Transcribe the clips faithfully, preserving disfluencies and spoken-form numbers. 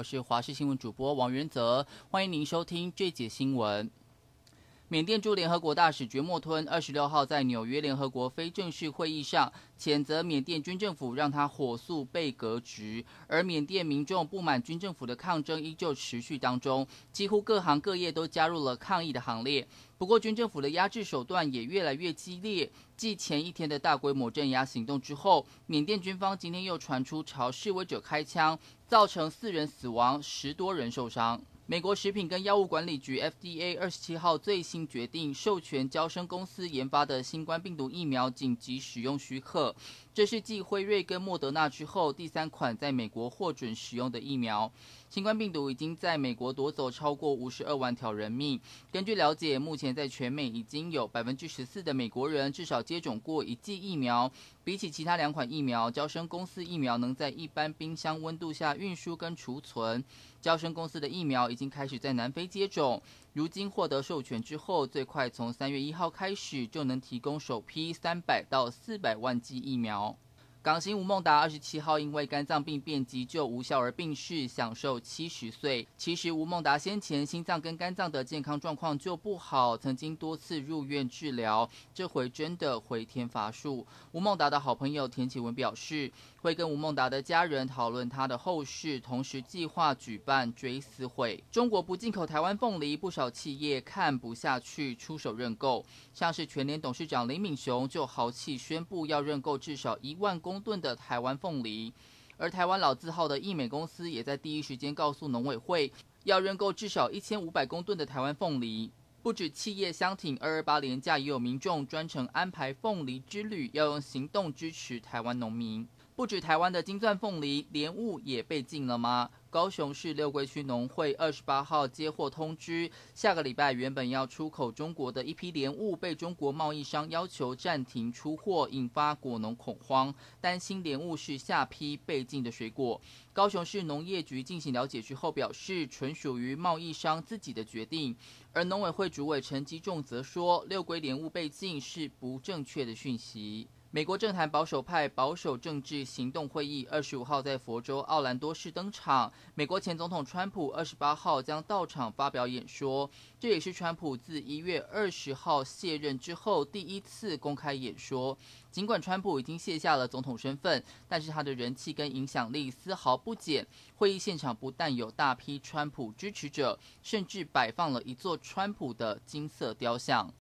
我是华视新闻主播王元泽，欢迎您收听这节新闻。缅甸驻联合国大使觉莫吞二十六号在纽约联合国非正式会议上谴责缅甸军政府让他火速被革职，而缅甸民众不满军政府的抗争依旧持续当中，几乎各行各业都加入了抗议的行列。不过军政府的压制手段也越来越激烈，继前一天的大规模镇压行动之后，缅甸军方今天又传出朝示威者开枪，造成四人死亡，十多人受伤。美国食品跟药物管理局 F D A 二十七号最新决定授权嬌生公司研发的新冠病毒疫苗紧急使用许可，这是继辉瑞跟莫德纳之后第三款在美国获准使用的疫苗。新冠病毒已经在美国夺走超过五十二万条人命。根据了解，目前在全美已经有 百分之十四 的美国人至少接种过一剂疫苗。比起其他两款疫苗，嬌生公司疫苗能在一般冰箱温度下运输跟储存。嬌生公司的疫苗已经开始在南非接种，如今获得授权之后，最快从三月一号开始就能提供首批三百到四百万剂疫苗。港星吴孟达二十七号因为肝脏病变急救无效而病逝，享受七十岁。其实吴孟达先前心脏跟肝脏的健康状况就不好，曾经多次入院治疗，这回真的回天乏术。吴孟达的好朋友田启文表示，会跟吴孟达的家人讨论他的后事，同时计划举办追思会。中国不进口台湾凤梨，不少企业看不下去，出手认购。像是全联董事长林敏雄就豪气宣布要认购至少一万公吨的台湾凤梨，而台湾老字号的益美公司也在第一时间告诉农委会，要认购至少一千五百公吨的台湾凤梨。不止企业相挺，二二八连假也有民众专程安排凤梨之旅，要用行动支持台湾农民。不止台湾的金钻凤梨，莲雾也被禁了吗？高雄市六龟区农会二十八号接获通知，下个礼拜原本要出口中国的一批莲雾被中国贸易商要求暂停出货，引发果农恐慌，担心莲雾是下批被禁的水果。高雄市农业局进行了解之后表示，纯属于贸易商自己的决定。而农委会主委陈吉仲则说，六龟莲雾被禁是不正确的讯息。美国政坛保守派保守政治行动会议二十五号在佛州奥兰多市登场，美国前总统川普二十八号将到场发表演说，这也是川普自一月二十号卸任之后第一次公开演说。尽管川普已经卸下了总统身份，但是他的人气跟影响力丝毫不减。会议现场不但有大批川普支持者，甚至摆放了一座川普的金色雕像。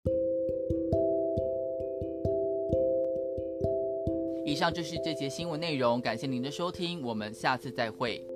以上就是这节新闻内容，感谢您的收听，我们下次再会。